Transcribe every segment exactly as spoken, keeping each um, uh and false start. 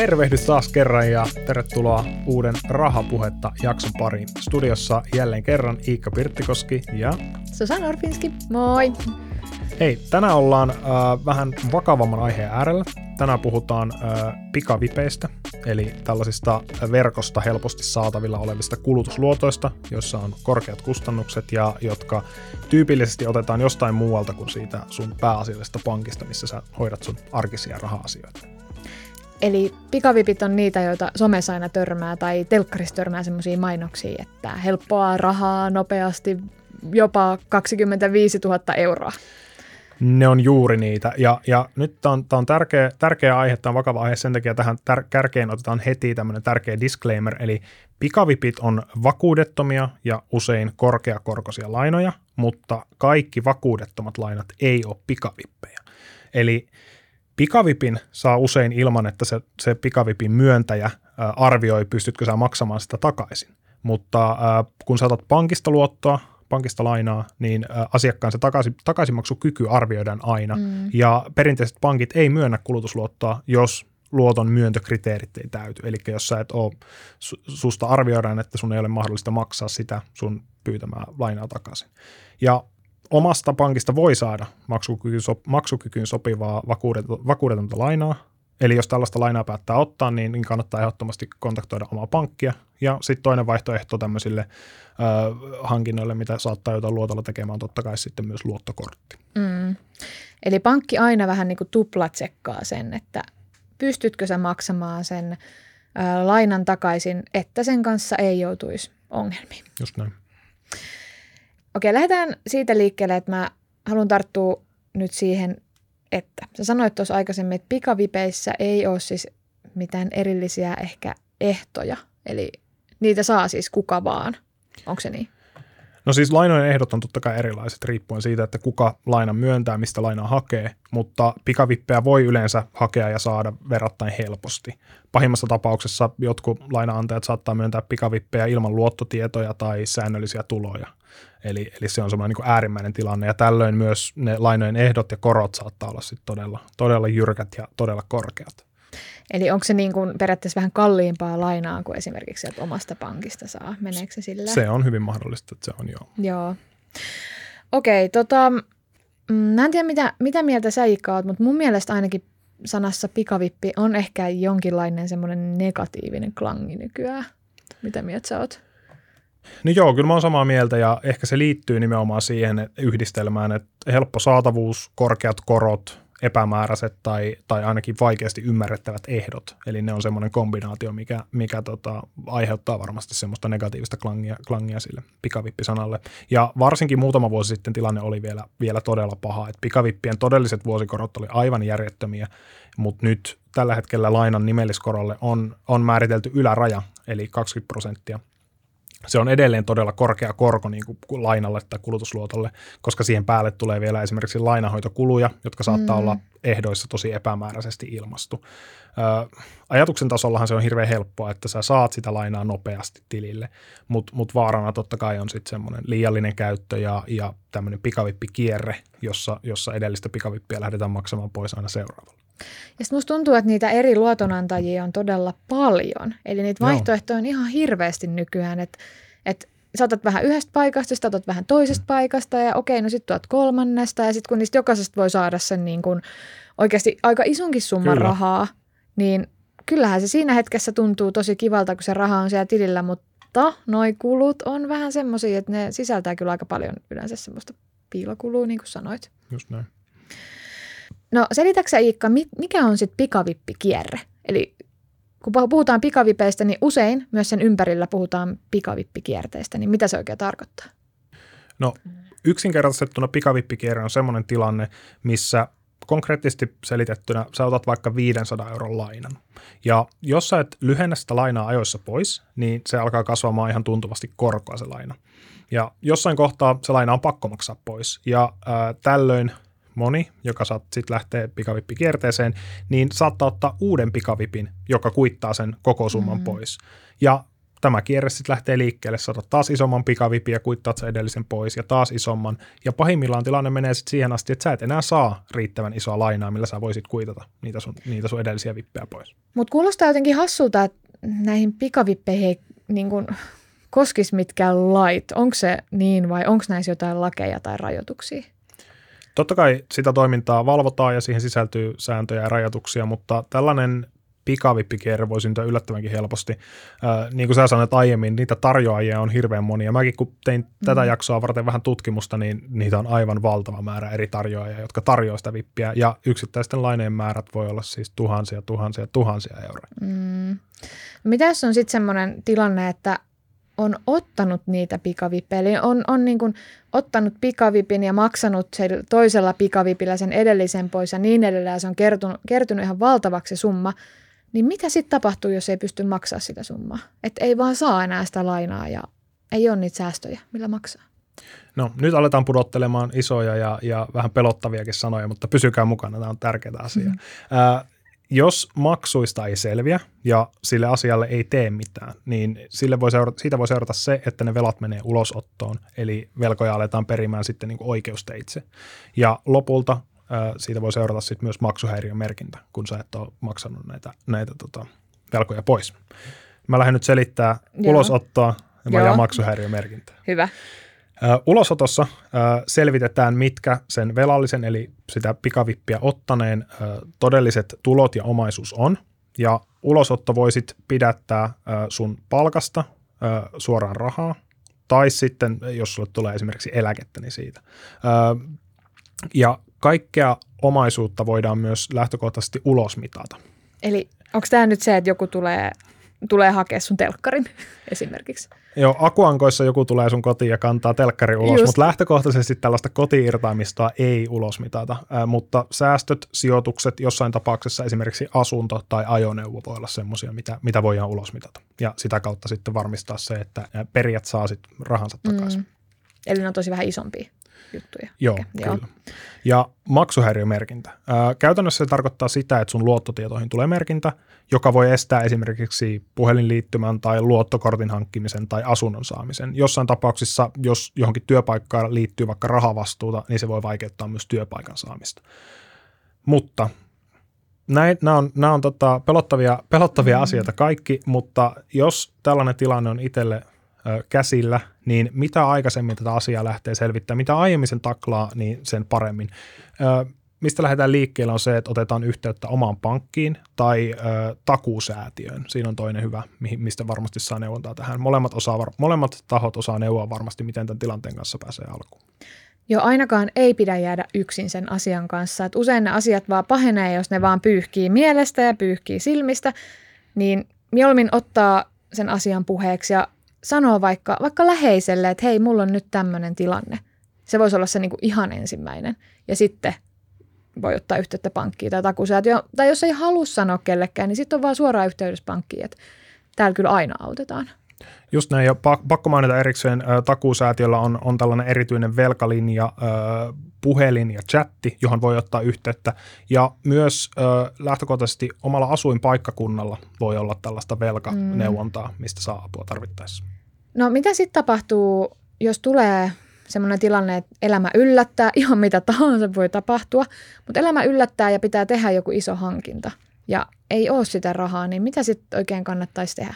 Tervehdys taas kerran ja tervetuloa uuden Rahapuhetta jakson pariin. Studiossa jälleen kerran Iikka Pirttikoski ja Susanna Orpinski, moi! Hei, tänään ollaan äh, vähän vakavamman aiheen äärellä. Tänään puhutaan äh, pikavipeistä, eli tällaisista verkosta helposti saatavilla olevista kulutusluotoista, joissa on korkeat kustannukset ja jotka tyypillisesti otetaan jostain muualta kuin siitä sun pääasiallisesta pankista, missä sä hoidat sun arkisia raha-asioita. Eli pikavipit on niitä, joita somessa aina törmää tai telkkarissa törmää semmoisia mainoksia, että helppoa rahaa nopeasti jopa kaksikymmentäviisituhatta euroa. Ne on juuri niitä, ja, ja nyt tämä on, on tärkeä, tärkeä aihe, tämä on vakava aihe, sen takia tähän tär, kärkeen otetaan heti tämmöinen tärkeä disclaimer, eli pikavipit on vakuudettomia ja usein korkeakorkoisia lainoja, mutta kaikki vakuudettomat lainat ei ole pikavippejä. Eli pikavipin saa usein ilman, että se, se pikavipin myöntäjä ää, arvioi, pystytkö sä maksamaan sitä takaisin, mutta ää, kun sä otat pankista luottoa, pankista lainaa, niin asiakkaan se takaisin, takaisinmaksukyky arvioidaan aina. Mm. Ja perinteiset pankit ei myönnä kulutusluottoa, jos luoton myöntökriteerit ei täyty. Eli jos sä et ole, susta arvioidaan, että sun ei ole mahdollista maksaa sitä sun pyytämää lainaa takaisin. Ja omasta pankista voi saada maksukykyyn, maksukykyyn sopivaa vakuudetonta lainaa. Eli jos tällaista lainaa päättää ottaa, niin kannattaa ehdottomasti kontaktoida omaa pankkia. Ja sitten toinen vaihtoehto tämmöisille ö, hankinnoille, mitä saattaa joutua luotolla tekemään, on totta kai sitten myös luottokortti. Mm. Eli pankki aina vähän niin kuin tuplatsekkaa sen, että pystytkö sä maksamaan sen ö, lainan takaisin, että sen kanssa ei joutuisi ongelmiin. Just näin. Okei, lähdetään siitä liikkeelle, että mä haluan tarttua nyt siihen, että sä sanoit tuossa aikaisemmin, että pikavipeissä ei ole siis mitään erillisiä ehkä ehtoja, eli niitä saa siis kuka vaan. Onko se niin? No siis lainojen ehdot on totta kai erilaiset riippuen siitä, että kuka lainan myöntää, mistä lainaa hakee, mutta pikavippejä voi yleensä hakea ja saada verrattain helposti. Pahimmassa tapauksessa jotkut lainaantajat saattaa myöntää pikavippejä ilman luottotietoja tai säännöllisiä tuloja. Eli, eli se on semmoinen niin kuin äärimmäinen tilanne ja tällöin myös ne lainojen ehdot ja korot saattaa olla sitten todella, todella jyrkät ja todella korkeat. Eli onko se niin kuin periaatteessa vähän kalliimpaa lainaa kuin esimerkiksi sieltä omasta pankista saa? Meneekö se sillä? Se on hyvin mahdollista, että se on joo. Joo. Okei, tota, mä en tiedä mitä, mitä mieltä sä Iikka oot, mutta mun mielestä ainakin sanassa pikavippi on ehkä jonkinlainen semmoinen negatiivinen klangi nykyään. Mitä mieltä sä oot? No joo, kyllä mä oon samaa mieltä ja ehkä se liittyy nimenomaan siihen yhdistelmään, että helppo saatavuus, korkeat korot, epämääräiset tai, tai ainakin vaikeasti ymmärrettävät ehdot. Eli ne on semmoinen kombinaatio, mikä, mikä tota, aiheuttaa varmasti semmoista negatiivista klangia, klangia sille pikavippisanalle. Ja varsinkin muutama vuosi sitten tilanne oli vielä, vielä todella paha, että pikavippien todelliset vuosikorot oli aivan järjettömiä, mutta nyt tällä hetkellä lainan nimelliskorolle on, on määritelty yläraja, eli kaksikymmentä prosenttia. Se on edelleen todella korkea korko niin kuin lainalle tai kulutusluotolle, koska siihen päälle tulee vielä esimerkiksi lainahoitokuluja, jotka saattaa mm. olla ehdoissa tosi epämääräisesti ilmastu. Ö, ajatuksen tasollahan se on hirveän helppoa, että sä saat sitä lainaa nopeasti tilille, mutta mut vaarana totta kai on sitten semmoinen liiallinen käyttö ja, ja tämmöinen pikavippikierre, jossa, jossa edellistä pikavippiä lähdetään maksamaan pois aina seuraavalla. Ja sitten musta tuntuu, että niitä eri luotonantajia on todella paljon. Eli niitä vaihtoehtoja on ihan hirveästi nykyään, että, että sä otat vähän yhdestä paikasta, sä otat vähän toisesta paikasta ja okei, no sit tuot kolmannesta ja sitten kun niistä jokaisesta voi saada sen niin kuin oikeasti aika isonkin summan Kyllä. rahaa, niin kyllähän se siinä hetkessä tuntuu tosi kivalta, kun se raha on siellä tilillä, mutta noi kulut on vähän semmoisia, että ne sisältää kyllä aika paljon yleensä semmoista piilokulua, niin kuin sanoit. Just näin. No selitätkö sä Iikka, mikä on sitten pikavippikierre? Eli kun puhutaan pikavipeistä, niin usein myös sen ympärillä puhutaan pikavippikierteistä, niin mitä se oikein tarkoittaa? No yksinkertaistettuna pikavippikierre on semmoinen tilanne, missä konkreettisesti selitettynä sä otat vaikka viisisataa euron lainan. Ja jos sä et lyhennä sitä lainaa ajoissa pois, niin se alkaa kasvamaan ihan tuntuvasti korkoa se laina. Ja jossain kohtaa se laina on pakko maksaa pois ja ää, tällöin moni, joka sitten lähtee pikavippikierteeseen, niin saattaa ottaa uuden pikavipin, joka kuittaa sen koko summan mm. pois. Ja tämä kierre sitten lähtee liikkeelle, saatat taas isomman pikavipin ja kuittaat sen edellisen pois ja taas isomman. Ja pahimmillaan tilanne menee sitten siihen asti, että sä et enää saa riittävän isoa lainaa, millä sä voisit kuitata niitä sun, niitä sun edellisiä vippejä pois. Mutta kuulostaa jotenkin hassulta, että näihin pikavippeihin ei niin kuin koskisi mitkään lait. Onko se niin vai onko näissä jotain lakeja tai rajoituksia? Totta kai sitä toimintaa valvotaan ja siihen sisältyy sääntöjä ja rajoituksia, mutta tällainen pikavippikierre voi syntyä yllättävänkin helposti. Äh, niin kuin sä sanoit aiemmin, niitä tarjoajia on hirveän monia. Mäkin kun tein mm. tätä jaksoa varten vähän tutkimusta, niin niitä on aivan valtava määrä eri tarjoajia, jotka tarjoavat sitä vippiä. Ja yksittäisten lainojen määrät voi olla siis tuhansia, tuhansia, tuhansia euroja. Mm. Mitä jos on sitten semmoinen tilanne, että on ottanut niitä pikavippejä, eli on, on niin kuin ottanut pikavipin ja maksanut toisella pikavipillä sen edellisen pois ja niin edelleen, ja se on kertynyt, kertynyt ihan valtavaksi summa, niin mitä sitten tapahtuu, jos ei pysty maksaa sitä summaa? Että ei vaan saa enää sitä lainaa ja ei ole niitä säästöjä, millä maksaa. No nyt aletaan pudottelemaan isoja ja, ja vähän pelottaviakin sanoja, mutta pysykää mukana, tämä on tärkeää asiaa. Mm-hmm. Äh, Jos maksuista ei selviä ja sille asialle ei tee mitään, niin sille voi seurata, siitä voi seurata se, että ne velat menee ulosottoon, eli velkoja aletaan perimään sitten niin kuin oikeusteitse. Ja lopulta ää, siitä voi seurata sitten myös maksuhäiriömerkintä, kun sä et ole maksanut näitä, näitä tota, velkoja pois. Mä lähden nyt selittää Joo. ulosottoa ja maksuhäiriömerkintää. Hyvä. Uh, ulosotossa uh, selvitetään, mitkä sen velallisen eli sitä pikavippiä ottaneen uh, todelliset tulot ja omaisuus on. Ja ulosotto voi sitten pidättää uh, sun palkasta uh, suoraan rahaa, tai sitten, jos sulle tulee esimerkiksi eläkettä, niin siitä. Uh, ja kaikkea omaisuutta voidaan myös lähtökohtaisesti ulosmitata. Eli onko tämä nyt se, että joku tulee, tulee hakea sun telkkarin esimerkiksi? Joo, akuankoissa joku tulee sun kotiin ja kantaa telkkari ulos, Just. mutta lähtökohtaisesti tällaista kotiirtaamistoa ei ulosmitata, äh, mutta säästöt, sijoitukset, jossain tapauksessa esimerkiksi asunto tai ajoneuvo voi olla semmoisia, mitä, mitä voidaan ulosmitata. Ja sitä kautta sitten varmistaa se, että perijät saa sitten rahansa takaisin. Mm. Eli ne on tosi vähän isompia juttuja. Joo, okay, kyllä. Joo. Ja maksuhäiriömerkintä. Ää, käytännössä se tarkoittaa sitä, että sun luottotietoihin tulee merkintä, joka voi estää esimerkiksi puhelinliittymän tai luottokortin hankkimisen tai asunnon saamisen. Jossain tapauksissa, jos johonkin työpaikkaan liittyy vaikka rahavastuuta, niin se voi vaikeuttaa myös työpaikan saamista. Mutta näin, nämä on, nämä on tota, pelottavia, pelottavia mm. asioita kaikki, mutta jos tällainen tilanne on itselle käsillä, niin mitä aikaisemmin tätä asiaa lähtee selvittämään, mitä aiemmin sen taklaa, niin sen paremmin. Ö, mistä lähdetään liikkeelle on se, että otetaan yhteyttä omaan pankkiin tai ö, takuusäätiöön. Siinä on toinen hyvä, mistä varmasti saa neuvontaa tähän. Molemmat, osaa, molemmat tahot osaa neuvoa varmasti, miten tämän tilanteen kanssa pääsee alkuun. Joo, ainakaan ei pidä jäädä yksin sen asian kanssa. Et usein ne asiat vaan pahenee, jos ne vaan pyyhkii mielestä ja pyyhkii silmistä, niin mieluummin ottaa sen asian puheeksi ja sanoo vaikka, vaikka läheiselle, että hei, mulla on nyt tämmöinen tilanne. Se voisi olla se niin kuin ihan ensimmäinen. Ja sitten voi ottaa yhteyttä pankkiin tai takuusäätiöön. Tai jos ei halua sanoa kellekään, niin sitten on vaan suoraan yhteydessä pankkiin, että täällä kyllä aina autetaan. Just näin, ja pakko mainita erikseen, takuusäätiöllä on, on tällainen erityinen velkalinja, puhelin ja chatti, johon voi ottaa yhteyttä. Ja myös lähtökohtaisesti omalla asuinpaikkakunnalla voi olla tällaista velkaneuvontaa, mistä saa apua tarvittaessa. No mitä sitten tapahtuu, jos tulee semmoinen tilanne, että elämä yllättää, ihan mitä tahansa voi tapahtua, mutta elämä yllättää ja pitää tehdä joku iso hankinta ja ei ole sitä rahaa, niin mitä sitten oikein kannattaisi tehdä?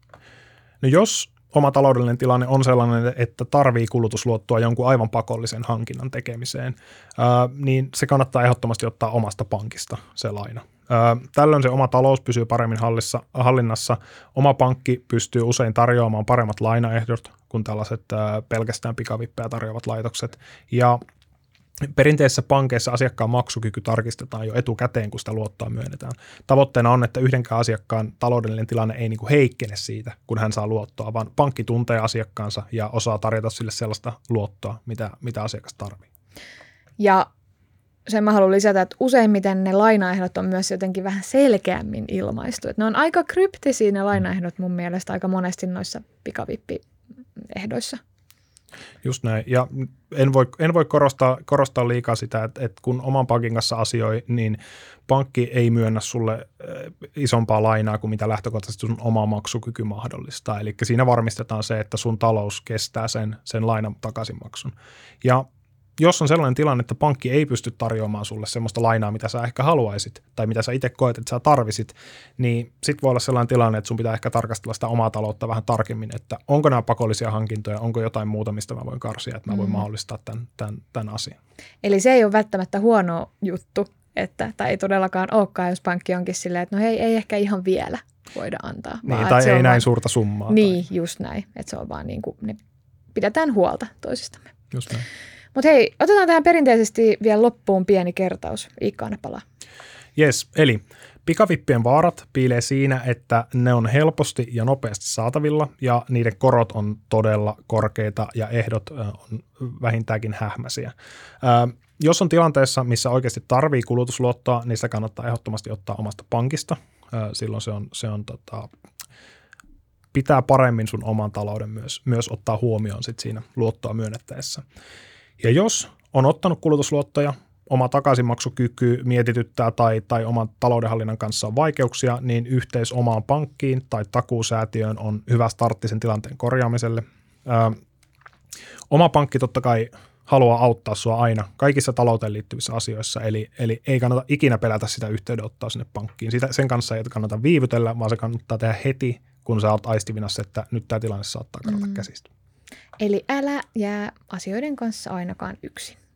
No jos oma taloudellinen tilanne on sellainen, että tarvii kulutusluottoa jonkun aivan pakollisen hankinnan tekemiseen, ää, niin se kannattaa ehdottomasti ottaa omasta pankista se laina. Ää, tällöin se oma talous pysyy paremmin hallissa, hallinnassa. Oma pankki pystyy usein tarjoamaan paremmat lainaehdot kuin tällaiset ää, pelkästään pikavippejä tarjoavat laitokset. Ja perinteisissä pankeissa asiakkaan maksukyky tarkistetaan jo etukäteen, kun sitä luottoa myönnetään. Tavoitteena on, että yhdenkään asiakkaan taloudellinen tilanne ei niin kuin heikkene siitä, kun hän saa luottoa, vaan pankki tuntee asiakkaansa ja osaa tarjota sille sellaista luottoa, mitä, mitä asiakas tarvitsee. Ja sen mä haluan lisätä, että useimmiten ne lainaehdot on myös jotenkin vähän selkeämmin ilmaistu. Että ne on aika kryptisiä ne lainaehdot mun mielestä aika monesti noissa pikavippiehdoissa. Just näin. Ja en voi, en voi korostaa, korostaa liikaa sitä, että, että kun oman pankin kanssa asioi, niin pankki ei myönnä sulle isompaa lainaa kuin mitä lähtökohtaisesti sun oma maksukyky mahdollistaa. Eli siinä varmistetaan se, että sun talous kestää sen, sen lainan takaisinmaksun. Ja jos on sellainen tilanne, että pankki ei pysty tarjoamaan sulle sellaista lainaa, mitä sä ehkä haluaisit, tai mitä sä itse koet, että sä tarvisit, niin sit voi olla sellainen tilanne, että sun pitää ehkä tarkastella sitä omaa taloutta vähän tarkemmin, että onko nämä pakollisia hankintoja, onko jotain muuta, mistä mä voin karsia, että mä voin mm. mahdollistaa tämän, tämän, tämän asian. Eli se ei ole välttämättä huono juttu, että, tai ei todellakaan olekaan, jos pankki onkin silleen, että no hei, ei ehkä ihan vielä voida antaa. Niin, tai ei näin vaan suurta summaa. Niin, tai just näin, että se on vaan niin kuin, ne pidetään huolta toisistamme. Just näin. Mutta hei, otetaan tähän perinteisesti vielä loppuun pieni kertaus. Iikka, anna palaa. Jes, eli pikavippien vaarat piilee siinä, että ne on helposti ja nopeasti saatavilla ja niiden korot on todella korkeita ja ehdot on vähintäänkin hähmäisiä. Ö, jos on tilanteessa, missä oikeasti tarvii kulutusluottoa, niin sitä kannattaa ehdottomasti ottaa omasta pankista. Ö, silloin se on, se on tota, pitää paremmin sun oman talouden myös, myös ottaa huomioon sit siinä luottoa myönnettäessä. Ja jos on ottanut kulutusluottoja, oma takaisinmaksukyky mietityttää tai, tai oman taloudenhallinnan kanssa on vaikeuksia, niin yhteys omaan pankkiin tai takuusäätiöön on hyvä startti sen tilanteen korjaamiselle. Ö, oma pankki totta kai haluaa auttaa sua aina kaikissa talouteen liittyvissä asioissa, eli, eli ei kannata ikinä pelätä sitä yhteydenottoa sinne pankkiin. Sitä, sen kanssa ei kannata viivytellä, vaan se kannattaa tehdä heti, kun sä oot aistivinassa, että nyt tämä tilanne saattaa kadota mm. käsistä. Eli älä jää asioiden kanssa ainakaan yksin.